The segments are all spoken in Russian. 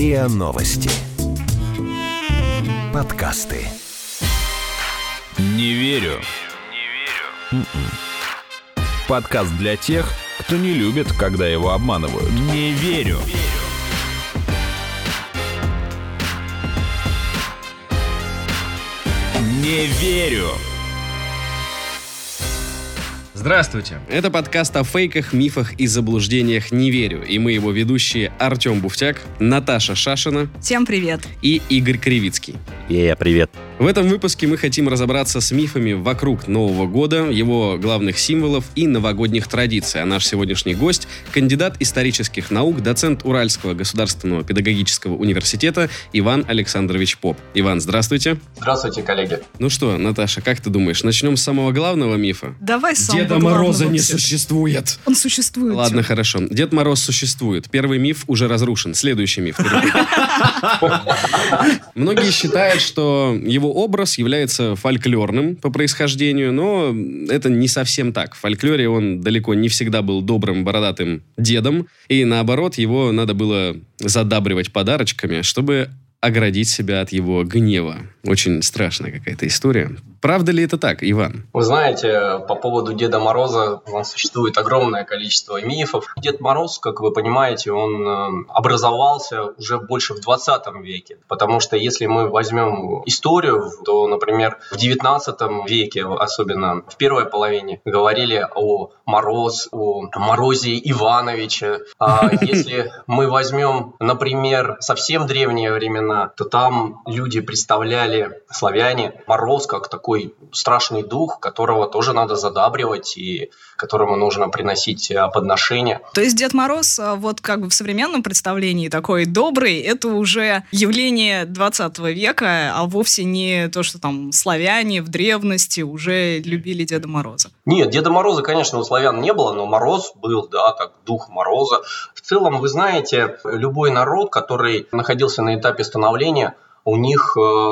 РИА Новости. Подкасты. Не верю. Подкаст для тех, кто не любит, когда его обманывают. Не верю. Не верю. Здравствуйте! Это подкаст о фейках, мифах и заблуждениях «Не верю». И мы его ведущие Артем Буфтяк, Наташа Шашина. Всем привет! И Игорь Кривицкий. Привет! В этом выпуске мы хотим разобраться с мифами вокруг Нового года, его главных символов и новогодних традиций. А наш сегодняшний гость – кандидат исторических наук, доцент Уральского государственного педагогического университета Иван Александрович Поп. Иван, здравствуйте. Здравствуйте, коллеги. Ну что, Наташа, как ты думаешь, начнем с самого главного мифа? Давай с самого Деда Мороза не существует. Он существует. Ладно, хорошо. Дед Мороз существует. Первый миф уже разрушен. Следующий миф. Многие считают, что его образ является фольклорным по происхождению, но это не совсем так. В фольклоре он далеко не всегда был добрым бородатым дедом, и наоборот, его надо было задабривать подарочками, чтобы оградить себя от его гнева. Очень страшная какая-то история. Правда ли это так, Иван? Вы знаете, по поводу Деда Мороза у нас существует огромное количество мифов. Дед Мороз, как вы понимаете, он образовался уже больше в 20 веке. Потому что если мы возьмем историю, то, например, в 19 веке, особенно в первой половине, говорили о Морозе Ивановиче. А если мы возьмем, например, совсем древние времена, то там люди представляли, славяне, Мороз как такой страшный дух, которого тоже надо задабривать и которому нужно приносить подношения. То есть Дед Мороз, вот как бы в современном представлении такой добрый, это уже явление 20 века, а вовсе не то, что там славяне в древности уже любили Деда Мороза. Нет, Деда Мороза, конечно, у славян не было, но Мороз был, да, как дух Мороза. В целом, вы знаете, любой народ, который находился на этапе становления, у них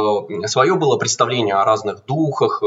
свое было представление о разных духах,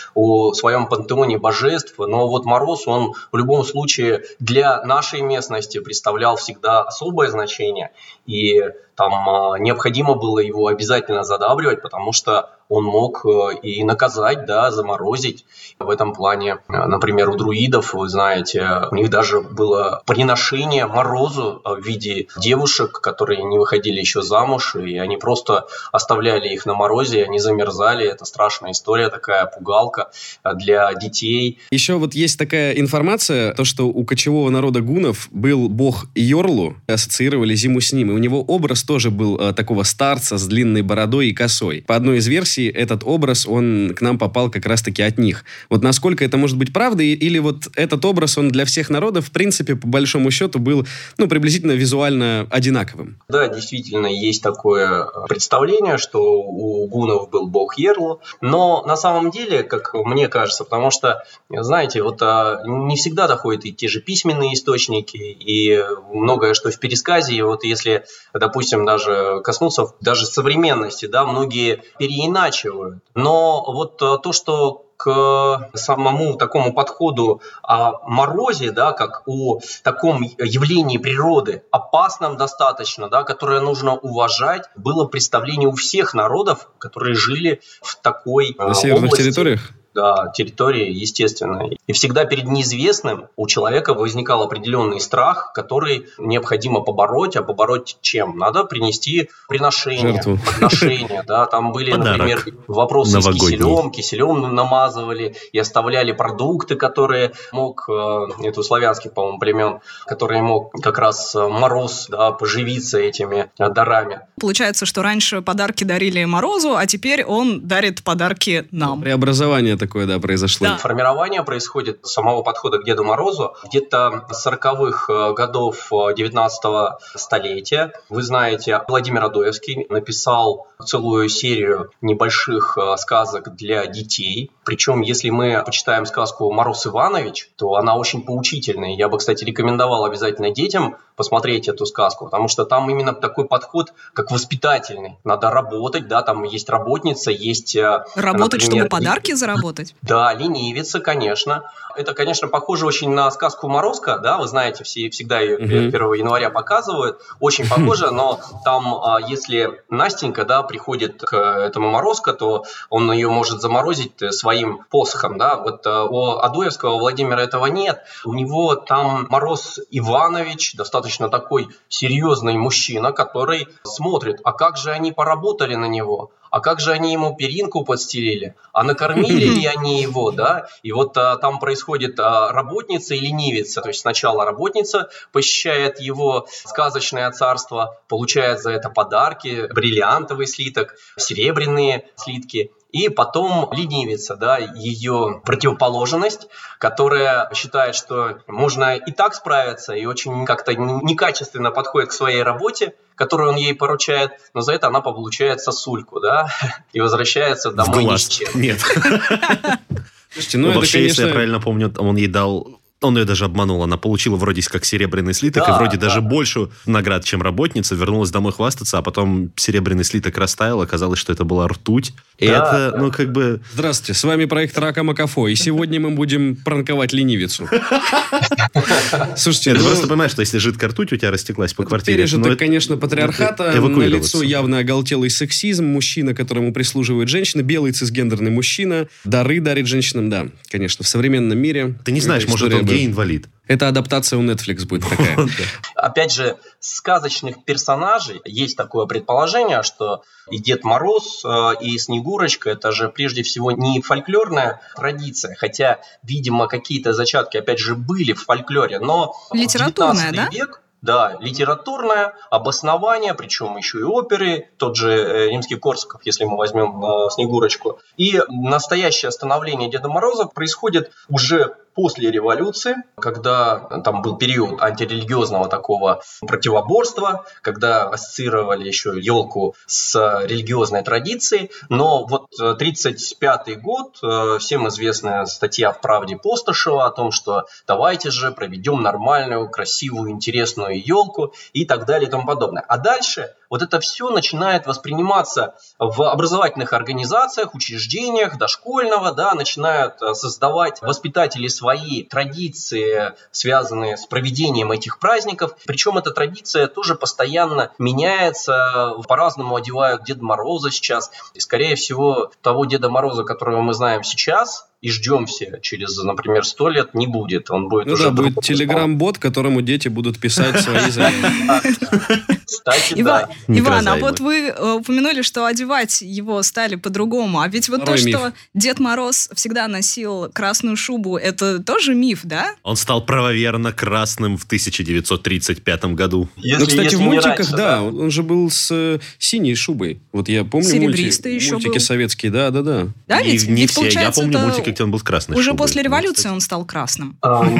о своем пантеоне божеств, но вот Мороз, он в любом случае для нашей местности представлял всегда особое значение, и там необходимо было его обязательно задабривать, потому что он мог и наказать, да, заморозить. В этом плане, например, у друидов, вы знаете, у них даже было приношение Морозу в виде девушек, которые не выходили еще замуж, и они просто оставляли их на морозе, и они замерзали. Это страшная история, такая пугалка для детей. Еще вот есть такая информация, то, что у кочевого народа гуннов был бог Йорлу, ассоциировали зиму с ним, и у него образ тоже был такого старца с длинной бородой и косой. По одной из версий, этот образ, он к нам попал как раз-таки от них. Вот насколько это может быть правдой, или вот этот образ, он для всех народов, в принципе, по большому счету, был, приблизительно визуально одинаковым? Да, действительно, есть такое представление, что у гуннов был бог Йорлу, но на самом деле, как мне кажется, потому что, знаете, вот не всегда доходят и те же письменные источники, и многое, что в пересказе, и вот если, допустим, даже коснуться даже современности, да, многие переиначивают. Но вот то, что к самому такому подходу о Морозе, да, как о таком явлении природы, опасном достаточно, да, которое нужно уважать, было представление у всех народов, которые жили в такой на северных территориях? Да, территории, естественно. И всегда перед неизвестным у человека возникал определенный страх, который необходимо побороть. А побороть чем? Надо принести приношение, подношение. Да, там были, например, вопросы с киселем намазывали и оставляли продукты, которые мог, это у славянских, по-моему, племен, которые мог как раз Мороз, да, поживиться этими дарами. Получается, что раньше подарки дарили Морозу, а теперь он дарит подарки нам. Преобразование такое, да, произошло. Да. Формирование происходит самого подхода к Деду Морозу где-то с 40-х годов 19 столетия. Вы знаете, Владимир Адоевский написал целую серию небольших сказок для детей. Причем, если мы почитаем сказку «Мороз Иванович», то она очень поучительная. Я бы, кстати, рекомендовал обязательно детям посмотреть эту сказку, потому что там именно такой подход, как воспитательный. Надо работать, да, там есть работница, есть... Работать, например, чтобы подарки заработать? Да, ленивица, конечно. Это, конечно, похоже очень на сказку «Морозко», да, вы знаете, всегда ее 1 января показывают, очень похоже, но там, если Настенька, да, приходит к этому Морозко, то он ее может заморозить своим посохом, да, вот у Адоевского Владимира этого нет, у него там Мороз Иванович, достаточно такой серьезный мужчина, который смотрит, а как же они поработали на него, а как же они ему перинку подстелили, а накормили ли они его, да, и вот там происходит работница и ленивица, то есть сначала работница посещает его сказочное царство, получает за это подарки, бриллиантовый слиток, серебряные слитки, и потом ленивица, да, ее противоположность, которая считает, что можно и так справиться, и очень как-то некачественно подходит к своей работе, которую он ей поручает, но за это она получает сосульку, да, и возвращается домой ни с чем. Нет. Слушайте, ну это, вообще, конечно... если я правильно помню, он ей дал... Он ее даже обманул. Она получила вроде как серебряный слиток, и вроде даже больше наград, чем работница. Вернулась домой хвастаться, а потом серебряный слиток растаял. Оказалось, что это была ртуть. И это, ну, как бы... Здравствуйте, с вами проект «Рака Макафо», и сегодня мы будем пранковать ленивицу. Слушайте, ты просто понимаешь, что если жидкая ртуть у тебя растеклась по квартире... Пережиток, конечно, патриархата, на лицо явно оголтелый сексизм, мужчина, которому прислуживает женщина, белый цисгендерный мужчина, дары дарит женщинам, да, конечно, в современном мире. Ты не знаешь, может, он гей-инвалид. Это адаптация у Netflix будет такая. Опять же, сказочных персонажей есть такое предположение, что и Дед Мороз, и Снегурочка – это же прежде всего не фольклорная традиция, хотя, видимо, какие-то зачатки, опять же, были в фольклоре, но литературная, в 19 век, да, литературное обоснование, причем еще и оперы, тот же Римский-Корсаков, если мы возьмем Снегурочку. И настоящее становление Деда Мороза происходит уже после революции, когда там был период антирелигиозного такого противоборства, когда ассоциировали еще елку с религиозной традицией, но вот 1935 год, всем известная статья в «Правде» Постышева о том, что давайте же проведем нормальную, красивую, интересную елку и так далее и тому подобное. А дальше вот это все начинает восприниматься в образовательных организациях, учреждениях дошкольного, да, начинают создавать воспитатели свои традиции, связанные с проведением этих праздников. Причем эта традиция тоже постоянно меняется, по-разному одевают Деда Мороза сейчас. И, скорее всего, того Деда Мороза, которого мы знаем сейчас и ждем все через, например, 100 лет, не будет. Он будет уже... будет телеграм-бот, которому дети будут писать свои заявления. Кстати, да. Иван, а вот вы упомянули, что одевать его стали по-другому. А ведь вот то, что Дед Мороз всегда носил красную шубу, это тоже миф, да? Он стал правоверно красным в 1935 году. Ну, кстати, в мультиках, да, он же был с синей шубой. Вот я помню мультики советские, да. Да, ведь получается, я помню мультики, где он был с красной уже шубой. После революции он стал красным.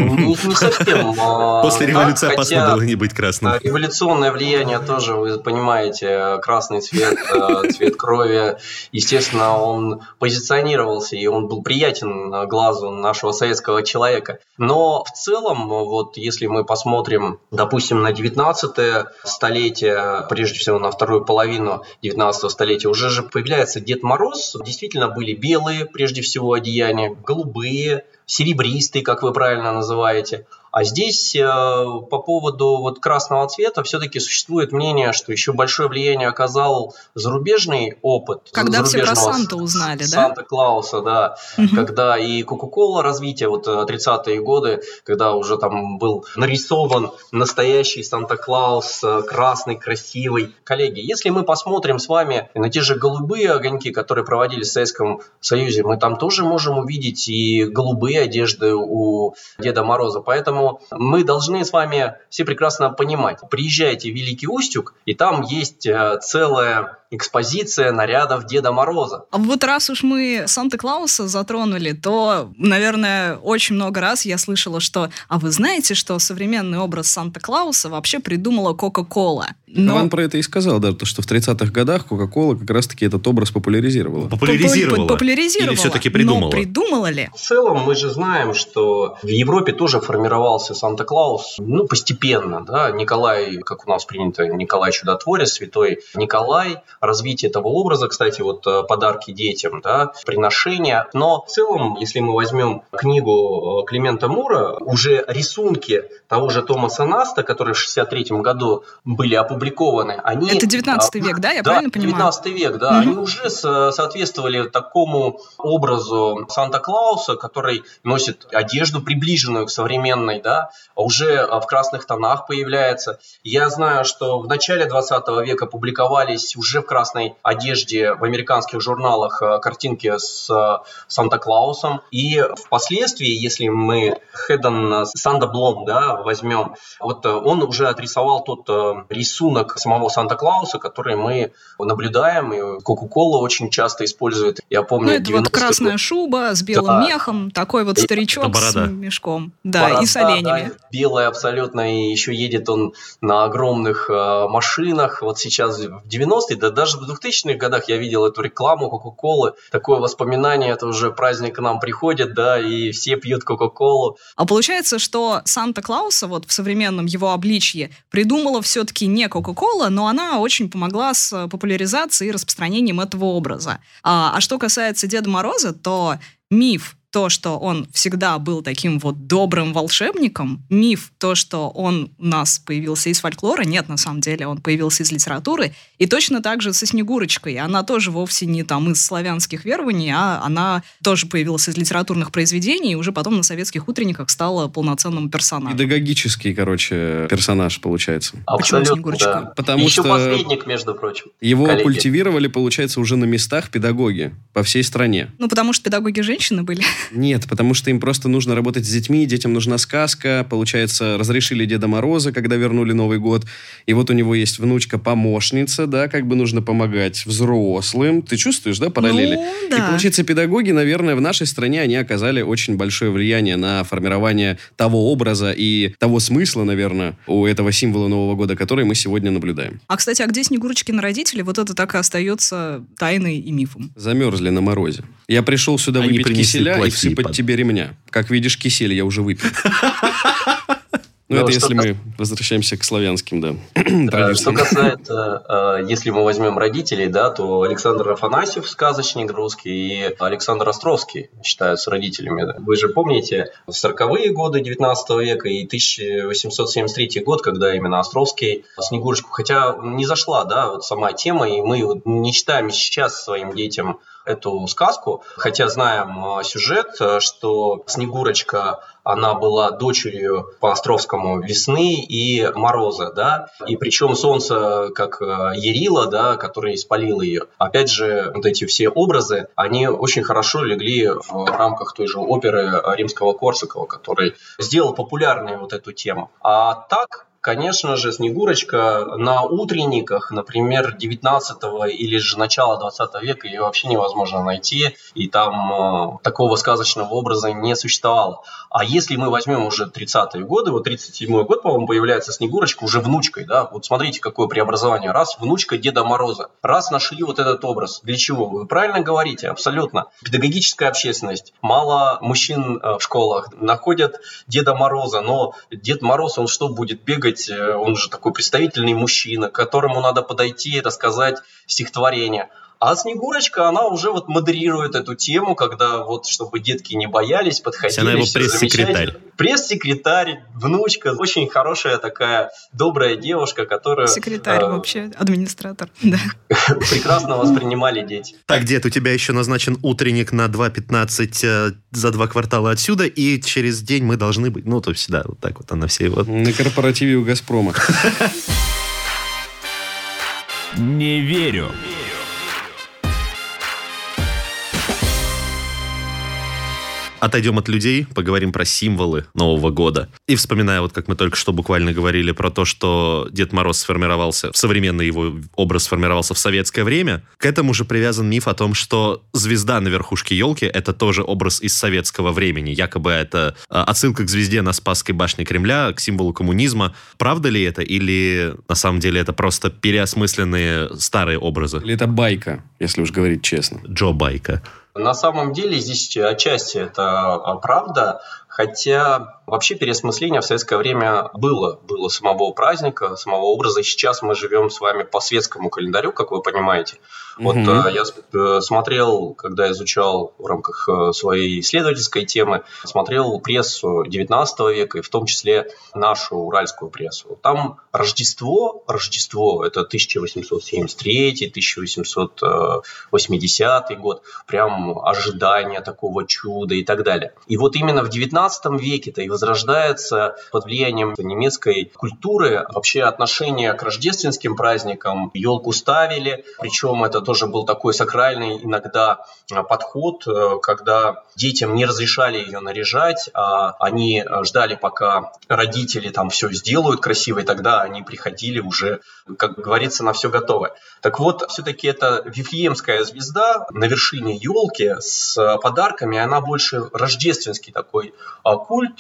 Не совсем. После революции опасно было не быть красным. Революционное влияние тоже, вы понимаете, красный цвет, цвет крови. Естественно, он позиционировался, и он был приятен глазу нашего советского человека. Но в целом, вот если мы посмотрим, допустим, на 19-е столетие, прежде всего на вторую половину 19-го столетия, уже же появляется Дед Мороз. Действительно были белые, прежде всего, одеяния, голубые, серебристые, как вы правильно называете. А здесь по поводу вот красного цвета все-таки существует мнение, что еще большое влияние оказал зарубежный опыт. Когда все про Санту узнали, да? Санта-Клауса, да. Когда и Кока-Кола развитие, вот 30-е годы, когда уже там был нарисован настоящий Санта-Клаус, красный, красивый. Коллеги, если мы посмотрим с вами на те же голубые огоньки, которые проводились в Советском Союзе, мы там тоже можем увидеть и голубые одежды у Деда Мороза. Поэтому мы должны с вами все прекрасно понимать. Приезжайте в Великий Устюг, и там есть целая экспозиция нарядов Деда Мороза. А вот раз уж мы Санта-Клауса затронули, то, наверное, очень много раз я слышала, что «а вы знаете, что современный образ Санта-Клауса вообще придумала Кока-Кола?» Иван про это и сказал, да, то, что в 30-х годах Кока-Кола как раз-таки этот образ популяризировала. Популяризировала. Или все-таки придумала? Но придумала ли? В целом мы же знаем, что в Европе тоже формировался Санта-Клаус, постепенно, да, Николай, как у нас принято, Николай Чудотворец, святой Николай, развитие этого образа, кстати, вот подарки детям, да, приношения, но в целом, если мы возьмем книгу Климента Мура, уже рисунки того же Томаса Наста, которые в 1963 году были опубликованы, они... Это 19 век, да, я правильно понимаю? 19 век, да, они уже соответствовали такому образу Санта-Клауса, который носит одежду, приближенную к современной, да, уже в красных тонах появляется. Я знаю, что в начале 20 века публиковались уже в красной одежде в американских журналах картинки с Санта-Клаусом. И впоследствии, если мы Хедон Сандерблом, да, возьмем, вот он уже отрисовал тот рисунок самого Санта-Клауса, который мы наблюдаем, и Кока-Кола очень часто использует. Я помню, это вот красная шуба с белым мехом, такой вот старичок с мешком. Да, борода, и с оленями. Да, белый абсолютно, и еще едет он на огромных машинах. Вот сейчас в 90-е, да даже в 2000-х годах я видел эту рекламу Кока-Колы. Такое воспоминание, это уже праздник к нам приходит, да, и все пьют Кока-Колу. А получается, что Санта-Клауса вот в современном его обличье придумала все-таки не Кока-Кола, но она очень помогла с популяризацией и распространением этого образа. А что касается Деда Мороза, то миф, то, что он всегда был таким вот добрым волшебником, миф, то, что он у нас появился из фольклора, нет, на самом деле, он появился из литературы, и точно так же со Снегурочкой. Она тоже вовсе не там из славянских верований, а она тоже появилась из литературных произведений, и уже потом на советских утренниках стала полноценным персонажем. Педагогический, персонаж получается. Абсолютно, почему Снегурочка? Да. Потому еще что посредник, между прочим. Его коллеги. культивировали, получается, уже на местах педагоги по всей стране. Потому что педагоги женщины были. Нет, потому что им просто нужно работать с детьми, детям нужна сказка. Получается, разрешили Деда Мороза, когда вернули Новый год. И вот у него есть внучка-помощница, да, нужно помогать взрослым. Ты чувствуешь, да, параллели? Да. И получается, педагоги, наверное, в нашей стране, они оказали очень большое влияние на формирование того образа и того смысла, наверное, у этого символа Нового года, который мы сегодня наблюдаем. А, кстати, а где Снегурочкины родители? Вот это так и остается тайной и мифом. Замерзли на морозе. Я пришел сюда выпить киселя и всыпать тебе ремня. Как видишь, кисель я уже выпил. Это если мы возвращаемся к славянским, да, традициям. Что касается, если мы возьмем родителей, да, то Александр Афанасьев, сказочник русский, и Александр Островский считаются родителями. Вы же помните 40-е годы 19 века и 1873 год, когда именно Островский Снегурочку, хотя не зашла, да, вот сама тема, и мы не читаем сейчас своим детям эту сказку, хотя знаем сюжет, что Снегурочка, она была дочерью по Островскому Весны и Мороза, да, и причем солнце, как ярило, да, которое испалило ее. Опять же, вот эти все образы, они очень хорошо легли в рамках той же оперы Римского-Корсакова, который сделал популярной вот эту тему. А так, конечно же, Снегурочка на утренниках, например, 19 или же начала 20 века, ее вообще невозможно найти, и там такого сказочного образа не существовало. А если мы возьмем уже 30-е годы, вот 37-й год, по-моему, появляется Снегурочка уже внучкой, да, вот смотрите, какое преобразование. Раз внучка Деда Мороза, раз нашли вот этот образ. Для чего? Вы правильно говорите, абсолютно. Педагогическая общественность, мало мужчин в школах находят Деда Мороза, но Дед Мороз, он что, будет бегать? Он же такой представительный мужчина, к которому надо подойти и рассказать стихотворение. А Снегурочка, она уже вот модерирует эту тему, когда вот, чтобы детки не боялись, подходили. Она его пресс-секретарь. Пресс-секретарь, внучка, очень хорошая такая, добрая девушка, которая... Секретарь вообще, администратор, да. Прекрасно воспринимали дети. Так, дед, у тебя еще назначен утренник на 2:15 за 2 квартала отсюда, и через день мы должны быть... то есть, да, вот так вот она все вот... На корпоративе у «Газпрома». Не верю. отойдем от людей, поговорим про символы Нового года. И вспоминая, вот как мы только что буквально говорили про то, что Дед Мороз сформировался, современный его образ сформировался в советское время, к этому же привязан миф о том, что звезда на верхушке елки — это тоже образ из советского времени. Якобы это отсылка к звезде на Спасской башне Кремля, к символу коммунизма. Правда ли это? Или на самом деле это просто переосмысленные старые образы? Или это байка, если уж говорить честно? Джо байка. На самом деле здесь отчасти это правда, хотя вообще переосмысление в советское время было самого праздника, самого образа. И сейчас мы живем с вами по светскому календарю, как вы понимаете. Вот я смотрел, когда изучал в рамках своей исследовательской темы, смотрел прессу 19 века, и в том числе нашу уральскую прессу. Там Рождество, это 1873, 1880 год, прям ожидание такого чуда и так далее. И вот именно в 19 веке-то и возрождается под влиянием немецкой культуры вообще отношение к рождественским праздникам. Елку ставили, причем это тоже был такой сакральный иногда подход, когда детям не разрешали ее наряжать, а они ждали, пока родители там все сделают красиво, и тогда они приходили уже, как говорится, на все готовое. Так вот, все-таки это Вифлеемская звезда на вершине елки с подарками, она больше рождественский такой культ.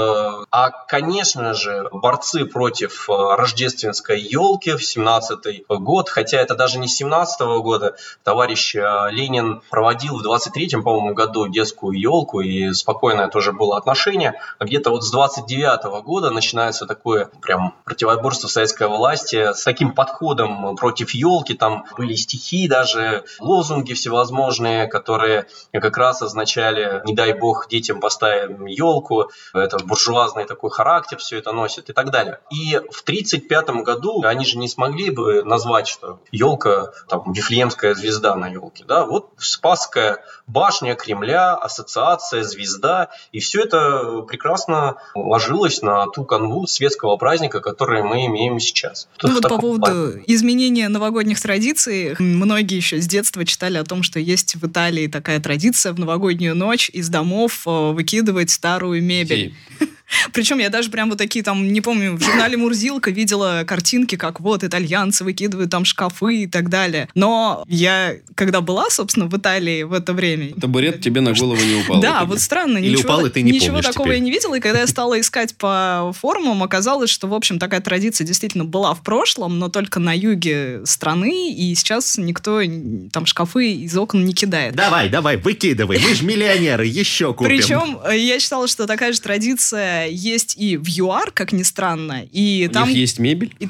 А, конечно же, борцы против рождественской елки в 17-й год, хотя это даже не с 17-го года, товарищ Ленин проводил в 23-м, по-моему, году детскую елку, и спокойное тоже было отношение. А где-то вот с 29-го года начинается такое прям противоборство советской власти с таким подходом против елки. Там были стихи, даже лозунги всевозможные, которые как раз означали «не дай бог детям поставим елку», это буржуазный такой характер все это носит и так далее. И в 1935 году они же не смогли бы назвать, что елка, там, Вифлеемская звезда на елке, да, вот Спасская башня Кремля, ассоциация, звезда, и все это прекрасно ложилось на ту канву светского праздника, который мы имеем сейчас. Ну вот по поводу изменения новогодних традиций, многие еще с детства читали о том, что есть в Италии такая традиция в новогоднюю ночь из домов выкидывать старую мебель. Причем я даже прям вот такие там, не помню, в журнале «Мурзилка» видела картинки, как вот итальянцы выкидывают там шкафы и так далее. Но я, когда была, собственно, в Италии в это время... Табурет тебе на голову не упал. Да, вот странно. Или упал, и ты не ничего помнишь такого теперь. я не видела. И когда я стала искать по форумам, оказалось, что, в общем, такая традиция действительно была в прошлом, но только на юге страны, и сейчас никто там шкафы из окон не кидает. Давай, выкидывай, мы же миллионеры, еще купим. Причем я читала, что такая же традиция есть и в ЮАР, как ни странно. И У там них есть мебель? И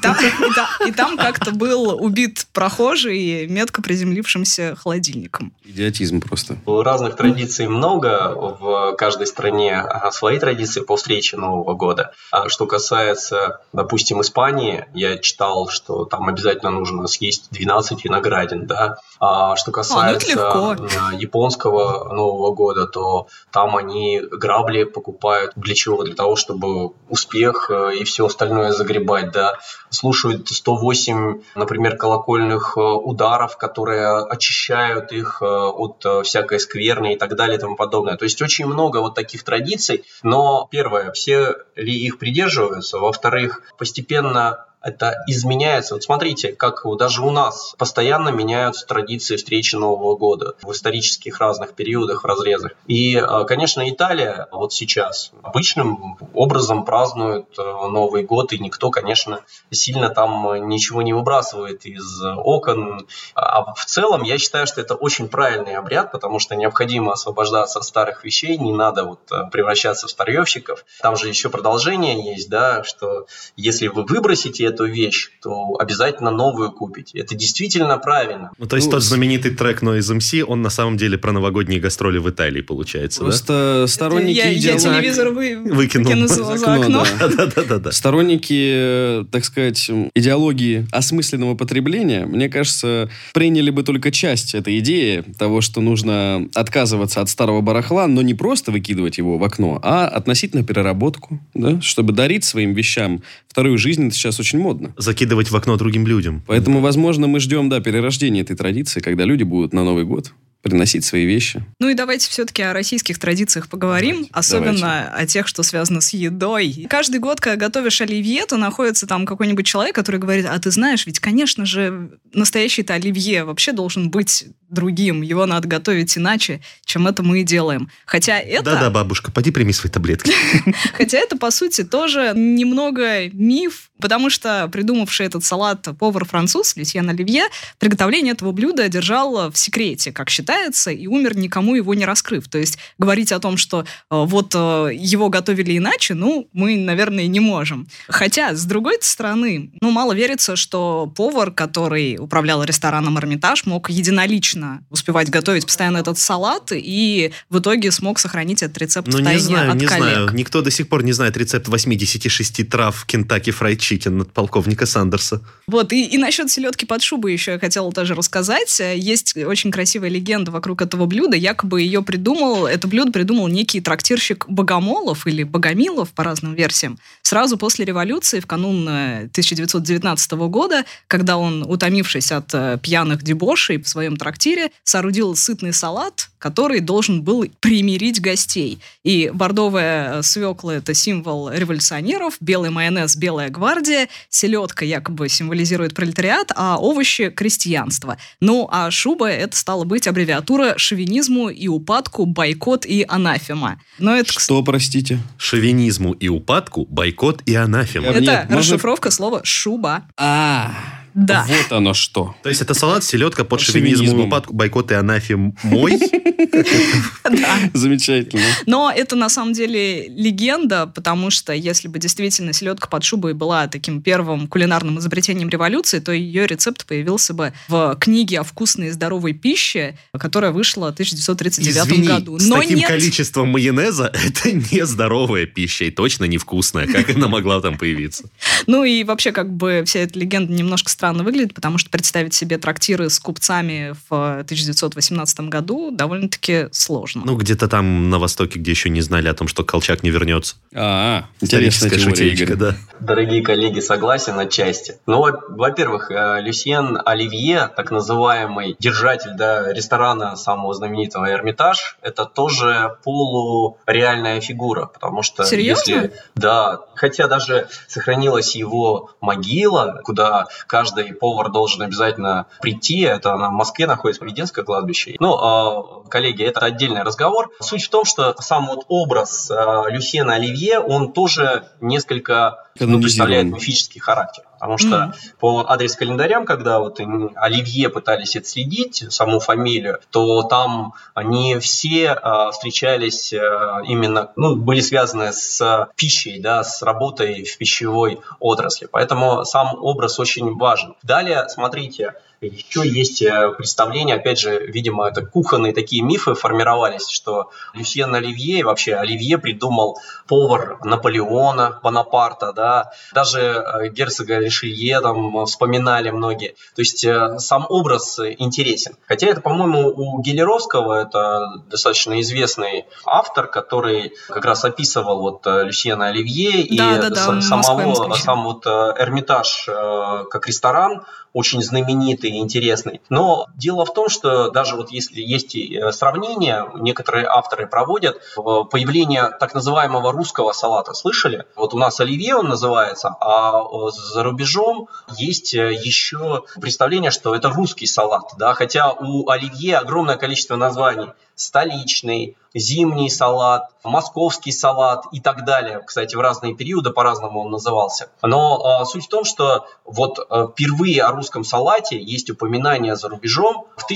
там как-то был убит прохожий метко приземлившимся холодильником. Идиотизм просто. Разных традиций много, в каждой стране свои традиции по встрече Нового года. А что касается, допустим, Испании, я читал, что там обязательно нужно съесть 12 виноградин, да. А что касается японского Нового года, то там они грабли покупают. Для чего? Для того, чтобы успех и все остальное загребать, да. Слушают 108, например, колокольных ударов, которые очищают их от всякой скверны и так далее и тому подобное. То есть очень много вот таких традиций, но первое, все ли их придерживаются, во-вторых, постепенно это изменяется. Вот смотрите, как даже у нас постоянно меняются традиции встречи Нового года в исторических разных периодах, в разрезах. И, конечно, Италия вот сейчас обычным образом празднует Новый год, и никто, конечно, сильно там ничего не выбрасывает из окон. А в целом я считаю, что это очень правильный обряд, потому что необходимо освобождаться от старых вещей, не надо вот превращаться в старьевщиков. Там же еще продолжение есть, да, что если вы выбросите эту вещь, то обязательно новую купите. Это действительно правильно. Ну, то есть тот знаменитый трек Noise MC, он на самом деле про новогодние гастроли в Италии получается, просто да? сторонники я телевизор выкинул за окно. Да. Сторонники, так сказать, идеологии осмысленного потребления, мне кажется, приняли бы только часть этой идеи того, что нужно отказываться от старого барахла, но не просто выкидывать его в окно, а относительно переработку, да, чтобы дарить своим вещам вторую жизнь. Это сейчас очень модно. Закидывать в окно другим людям. Поэтому, возможно, мы ждем, перерождения этой традиции, когда люди будут на Новый год приносить свои вещи. Ну и давайте все-таки о российских традициях поговорим, особенно о тех, что связано с едой. Каждый год, когда готовишь оливье, то находится там какой-нибудь человек, который говорит: а ты знаешь, ведь, конечно же, настоящий-то оливье вообще должен быть другим, его надо готовить иначе, чем это мы и делаем. Хотя это... Да-да, бабушка, поди прими свои таблетки. Хотя это, по сути, тоже немного миф, потому что придумавший этот салат повар-француз Люсьен Оливье приготовление этого блюда держал в секрете, как считается, и умер, никому его не раскрыв. То есть говорить о том, что вот его готовили иначе, мы, наверное, не можем. Хотя, с другой стороны, мало верится, что повар, который управлял рестораном «Эрмитаж», мог единолично успевать готовить постоянно этот салат и в итоге смог сохранить этот рецепт в тайне от коллег. Знаю. Никто до сих пор не знает рецепт 86 трав Kentucky Fried Chicken от полковника Сандерса. Вот, и насчет селедки под шубой еще я хотела тоже рассказать. Есть очень красивая легенда вокруг этого блюда. Якобы это блюдо придумал некий трактирщик Богомолов или Богомилов, по разным версиям, сразу после революции, в канун 1919 года, когда он, утомившись от пьяных дебошей в своем трактире, соорудил сытный салат, который должен был примирить гостей. И бордовая свекла – это символ революционеров, белый майонез – белая гвардия, селедка якобы символизирует пролетариат, а овощи – крестьянство. А шуба – это, стало быть, аббревиатура шовинизму и упадку, бойкот и анафема. Что, простите? Шовинизму и упадку, бойкот и анафема. Это расшифровка слова «шуба». Да. Вот оно что. То есть это салат, селедка под шовинизмом, упадку, бойкот и анафемой? Да. Замечательно. Но это на самом деле легенда, потому что если бы действительно селедка под шубой была таким первым кулинарным изобретением революции, то ее рецепт появился бы в книге о вкусной и здоровой пище, которая вышла в 1939 году. С таким количеством майонеза это не здоровая пища и точно невкусная. Как она могла там появиться? И вообще вся эта легенда немножко странно выглядит, потому что представить себе трактиры с купцами в 1918 году довольно-таки сложно. Где-то там на Востоке, где еще не знали о том, что Колчак не вернется. Интересная теория, Игорь. Да. Дорогие коллеги, согласен отчасти. Во-первых, Люсьен Оливье, так называемый держатель ресторана самого знаменитого «Эрмитаж», это тоже полуреальная фигура, потому что... Серьезно? Да, хотя даже сохранилась его могила, куда каждый повар должен обязательно прийти. Это в Москве находится Веденское кладбище. Коллеги, это отдельный разговор. Суть в том, что сам образ Люсьена Оливье, он тоже несколько представляет мифический характер. Потому что по адрес-календарям, когда Оливье пытались отследить саму фамилию, то там они все встречались именно, были связаны с пищей, с работой в пищевой отрасли. Поэтому сам образ очень важен. Далее, смотрите, еще есть представление, опять же, видимо, это кухонные такие мифы формировались, что Люсьен Оливье, вообще Оливье придумал повар Наполеона Бонапарта, даже герцога Ришелье там вспоминали многие. То есть сам образ интересен. Хотя это, по-моему, у Гелеровского, это достаточно известный автор, который как раз описывал Люсьена Оливье и сам Эрмитаж как ресторан, очень знаменитый и интересный. Но дело в том, что даже если есть сравнение, некоторые авторы проводят появление так называемого русского салата. Слышали? У нас оливье он называется, а за рубежом есть еще представление, что это русский салат. Хотя у оливье огромное количество названий. Столичный, зимний салат, московский салат и так далее. Кстати, в разные периоды по-разному он назывался. Но суть в том, что впервые о русском салате есть упоминание за рубежом в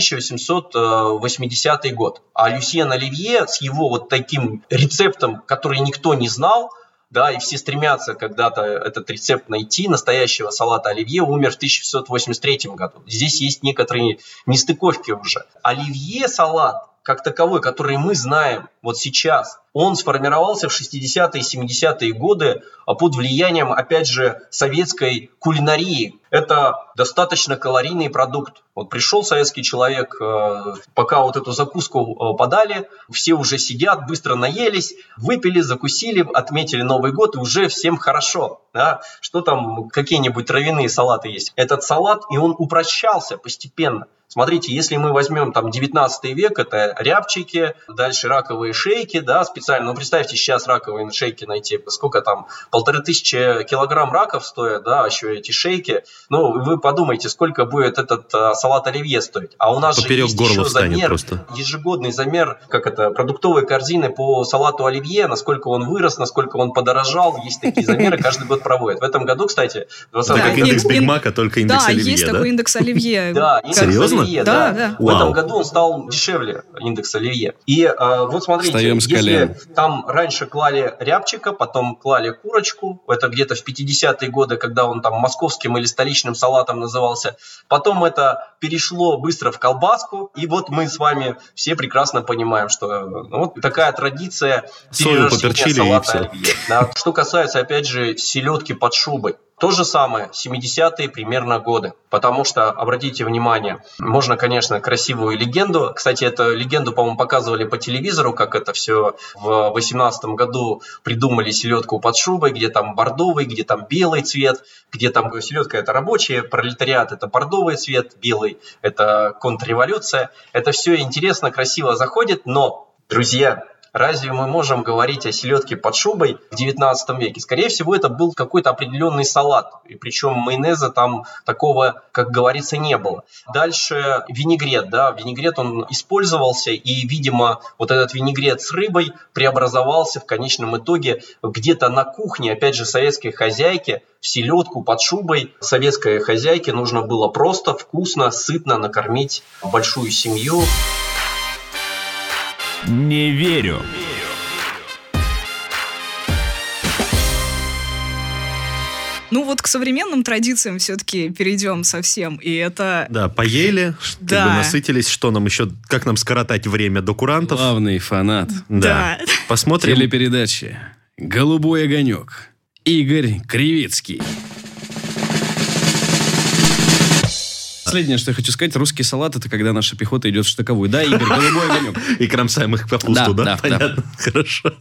1880 год. А Люсьен Оливье с его таким рецептом, который никто не знал, и все стремятся когда-то этот рецепт найти, настоящего салата оливье, умер в 1683 году. Здесь есть некоторые нестыковки уже. Оливье салат, как таковой, который мы знаем сейчас, Он сформировался в 60-е и 70-е годы под влиянием, опять же, советской кулинарии. Это достаточно калорийный продукт. Вот пришел советский человек, пока вот эту закуску подали, все уже сидят, быстро наелись, выпили, закусили, отметили Новый год, и уже всем хорошо. Да? Что там, какие-нибудь травяные салаты есть? Этот салат, и он упрощался постепенно. Смотрите, если мы возьмем там 19 век, это рябчики, дальше раковые шейки, да, специально, ну представьте, сейчас раковые шейки найти, сколько там, 1500 килограмм раков стоят, да, еще эти шейки, ну вы подумайте, сколько будет этот салат оливье стоить, а у нас поперек же есть горла еще замер, просто. ежегодный замер, продуктовой корзины по салату оливье, насколько он вырос, насколько он подорожал, есть такие замеры, каждый год проводят. В этом году, кстати, это как индекс Биг Мака, только индекс оливье, да? Есть такой индекс оливье. Да, серьезно? Да. В этом году он стал дешевле, индекс оливье. И вот смотрите, если там раньше клали рябчика, потом клали курочку, это где-то в 50-е годы, когда он там московским или столичным салатом назывался, потом это перешло быстро в колбаску, и вот мы с вами все прекрасно понимаем, что вот такая традиция перерождения салата оливье. Да. Что касается, опять же, селедки под шубой. То же самое, 70-е примерно годы. Потому что, обратите внимание, можно, конечно, красивую легенду. Кстати, эту легенду, по-моему, показывали по телевизору, как это все в 18-м году придумали селедку под шубой, где там бордовый, где там белый цвет, где там селедка это рабочий, пролетариат это бордовый цвет, белый это контрреволюция. Это все интересно, красиво заходит, но, друзья, разве мы можем говорить о селедке под шубой в 19 веке? Скорее всего, это был какой-то определенный салат. И причем майонеза там такого, как говорится, не было. Дальше винегрет. Да? Винегрет он использовался, и, видимо, вот этот винегрет с рыбой преобразовался в конечном итоге где-то на кухне, опять же, советской хозяйки, в селедку под шубой. Советской хозяйке нужно было просто вкусно, сытно накормить большую семью. Не верю. Ну вот к современным традициям все-таки перейдем совсем, и это... Да, поели, Да. как бы насытились, что нам еще, как нам скоротать время до курантов. Главный фанат Да. Посмотрим. телепередачи «Голубой огонек». Игорь Кривицкий. Последнее, что я хочу сказать, русский салат — это когда наша пехота идет в штыковую. Да, Игорь, голубой огонек. И кромсаем их капусту, да? Да. Понятно, хорошо.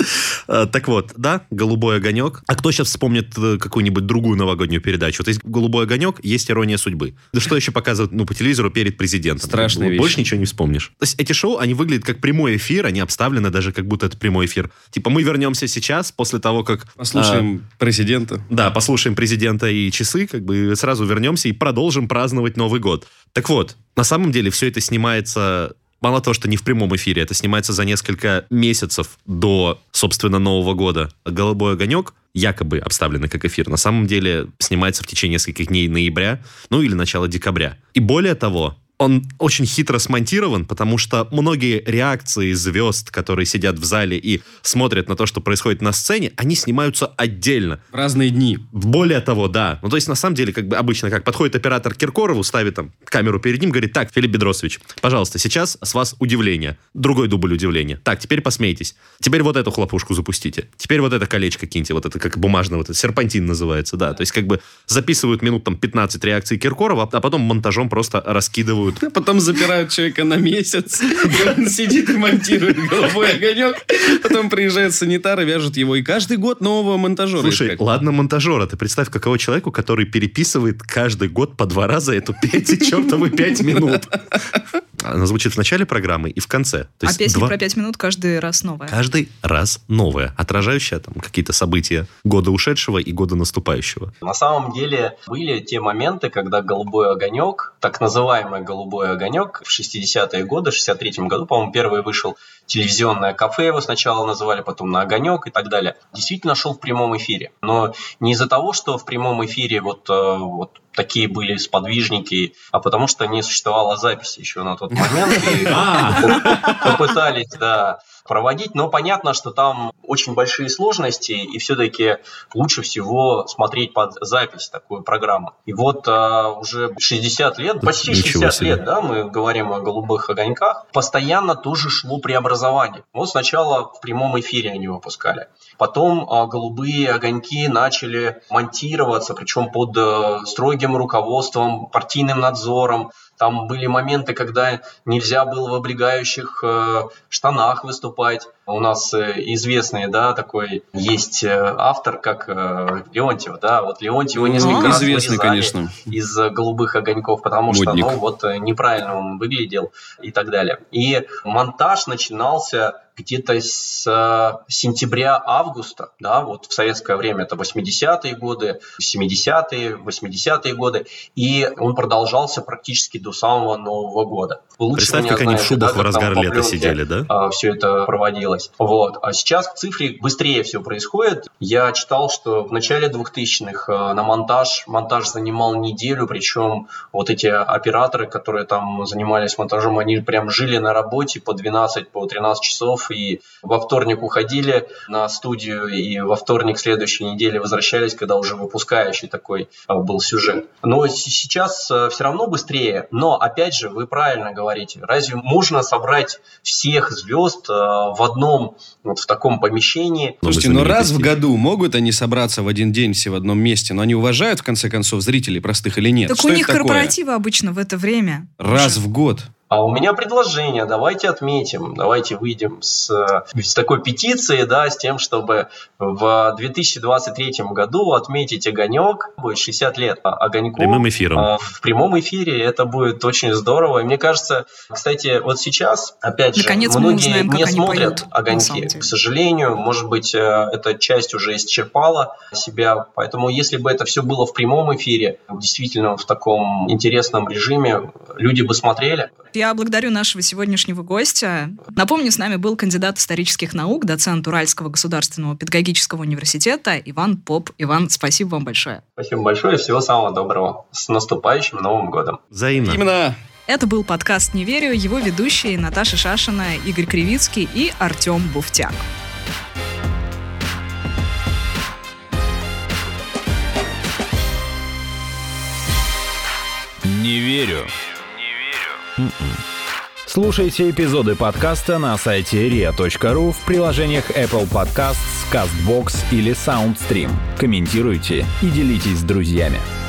Так вот, да, «Голубой огонек». А кто сейчас вспомнит какую-нибудь другую новогоднюю передачу? Вот есть «Голубой огонек», есть «Ирония судьбы». Да что еще показывают по телевизору перед президентом? Страшная вещь. Больше ничего не вспомнишь. То есть эти шоу, они выглядят как прямой эфир, они обставлены даже как будто это прямой эфир. Типа мы вернемся сейчас, после того, как... Послушаем президента. Да, послушаем президента и часы, как бы сразу вернемся и продолжим праздновать Новый год. Так вот, на самом деле все это снимается... Мало того, что не в прямом эфире, это снимается за несколько месяцев до, собственно, Нового года. «Голубой огонек», якобы обставленный как эфир, на самом деле снимается в течение нескольких дней ноября, ну или начала декабря. И более того, он очень хитро смонтирован, потому что многие реакции звезд, которые сидят в зале и смотрят на то, что происходит на сцене, они снимаются отдельно. В разные дни. Более того, да. Ну, то есть, на самом деле, как бы обычно, как подходит оператор к Киркорову, ставит там камеру перед ним, говорит: так, Филипп Бедросович, пожалуйста, сейчас с вас удивление. Другой дубль удивления. Так, теперь посмейтесь. Теперь вот эту хлопушку запустите. Теперь вот это колечко киньте. Вот это как бумажное, вот это серпантин называется, да. То есть, как бы записывают минут там 15 реакций Киркорова, а потом монтажом просто раскидывают. А потом запирают человека на месяц, и он сидит и монтирует «Голубой огонек». Потом приезжают санитары, вяжут его, и каждый год нового монтажера Слушай, искать. ладно монтажера, ты представь, каково человеку, который переписывает каждый год по 2 раза эту чертовы 5 минут. Она звучит в начале программы и в конце. То А есть песня про 5 минут каждый раз новая. Каждый раз новая, отражающая там какие-то события года ушедшего и года наступающего. На самом деле были те моменты, когда «Голубой огонек», так называемый «Голубой огонек», в 60-е годы, в 63-м году, по-моему, первый вышел телевизионное кафе, его сначала называли, потом на «Огонек» и так далее, действительно шел в прямом эфире. Но не из-за того, что в прямом эфире вот такие были сподвижники, а потому что не существовало записи еще на тот момент. И попытались, проводить, но понятно, что там очень большие сложности, и все-таки лучше всего смотреть под запись такую программу. И вот уже 60 лет, почти 60 лет, мы говорим о «Голубых огоньках», постоянно тоже шло преобразование. Вот сначала в прямом эфире они выпускали. Потом «Голубые огоньки» начали монтироваться, причем под строгим руководством, партийным надзором. Там были моменты, когда нельзя было в облегающих штанах выступать. У нас известный, такой есть автор, как Леонтьев, Вот Леонтьева несколько раз известный, конечно, из «Голубых огоньков», потому Модник. что, неправильно он выглядел и так далее. И монтаж начинался где-то с сентября-августа, в советское время это 80-е годы, 70-е, 80-е годы, и он продолжался практически до самого Нового года. Представь, как они в шубах в разгар лета сидели, все это проводилось. А сейчас в цифре быстрее все происходит. Я читал, что в начале 2000-х на монтаж занимал неделю, причем вот эти операторы, которые там занимались монтажом, они прям жили на работе по 12, по 13 часов, и во вторник уходили на студию, и во вторник следующей недели возвращались, когда уже выпускающий такой был сюжет. Но сейчас все равно быстрее, но опять же, вы правильно говорите, разве можно собрать всех звезд в одном, в таком помещении? Слушайте, но раз в году могут они собраться в один день все в одном месте, но они уважают, в конце концов, зрителей простых или нет? Так что у них это такое? Корпоративы обычно в это время. Раз в год. А у меня предложение, давайте отметим, давайте выйдем с такой петицией, с тем, чтобы в 2023 году отметить «Огонек», будет 60 лет «Огоньку». Прямым эфиром. В прямом эфире это будет очень здорово. И мне кажется, кстати, вот сейчас, опять же, наконец многие узнаем, не поют, смотрят «Огоньки». К сожалению, может быть, эта часть уже исчерпала себя. Поэтому если бы это все было в прямом эфире, действительно в таком интересном режиме, люди бы смотрели. Я благодарю нашего сегодняшнего гостя. Напомню, с нами был кандидат исторических наук, доцент Уральского государственного педагогического университета Иван Поп. Иван, спасибо вам большое. Спасибо большое, всего самого доброго. С наступающим Новым годом. Взаимно. Именно. Это был подкаст «Не верю», его ведущие Наташа Шашина, Игорь Кривицкий и Артем Буфтяк. Не верю. Слушайте эпизоды подкаста на сайте ria.ru, в приложениях Apple Podcasts, CastBox или SoundStream. Комментируйте и делитесь с друзьями.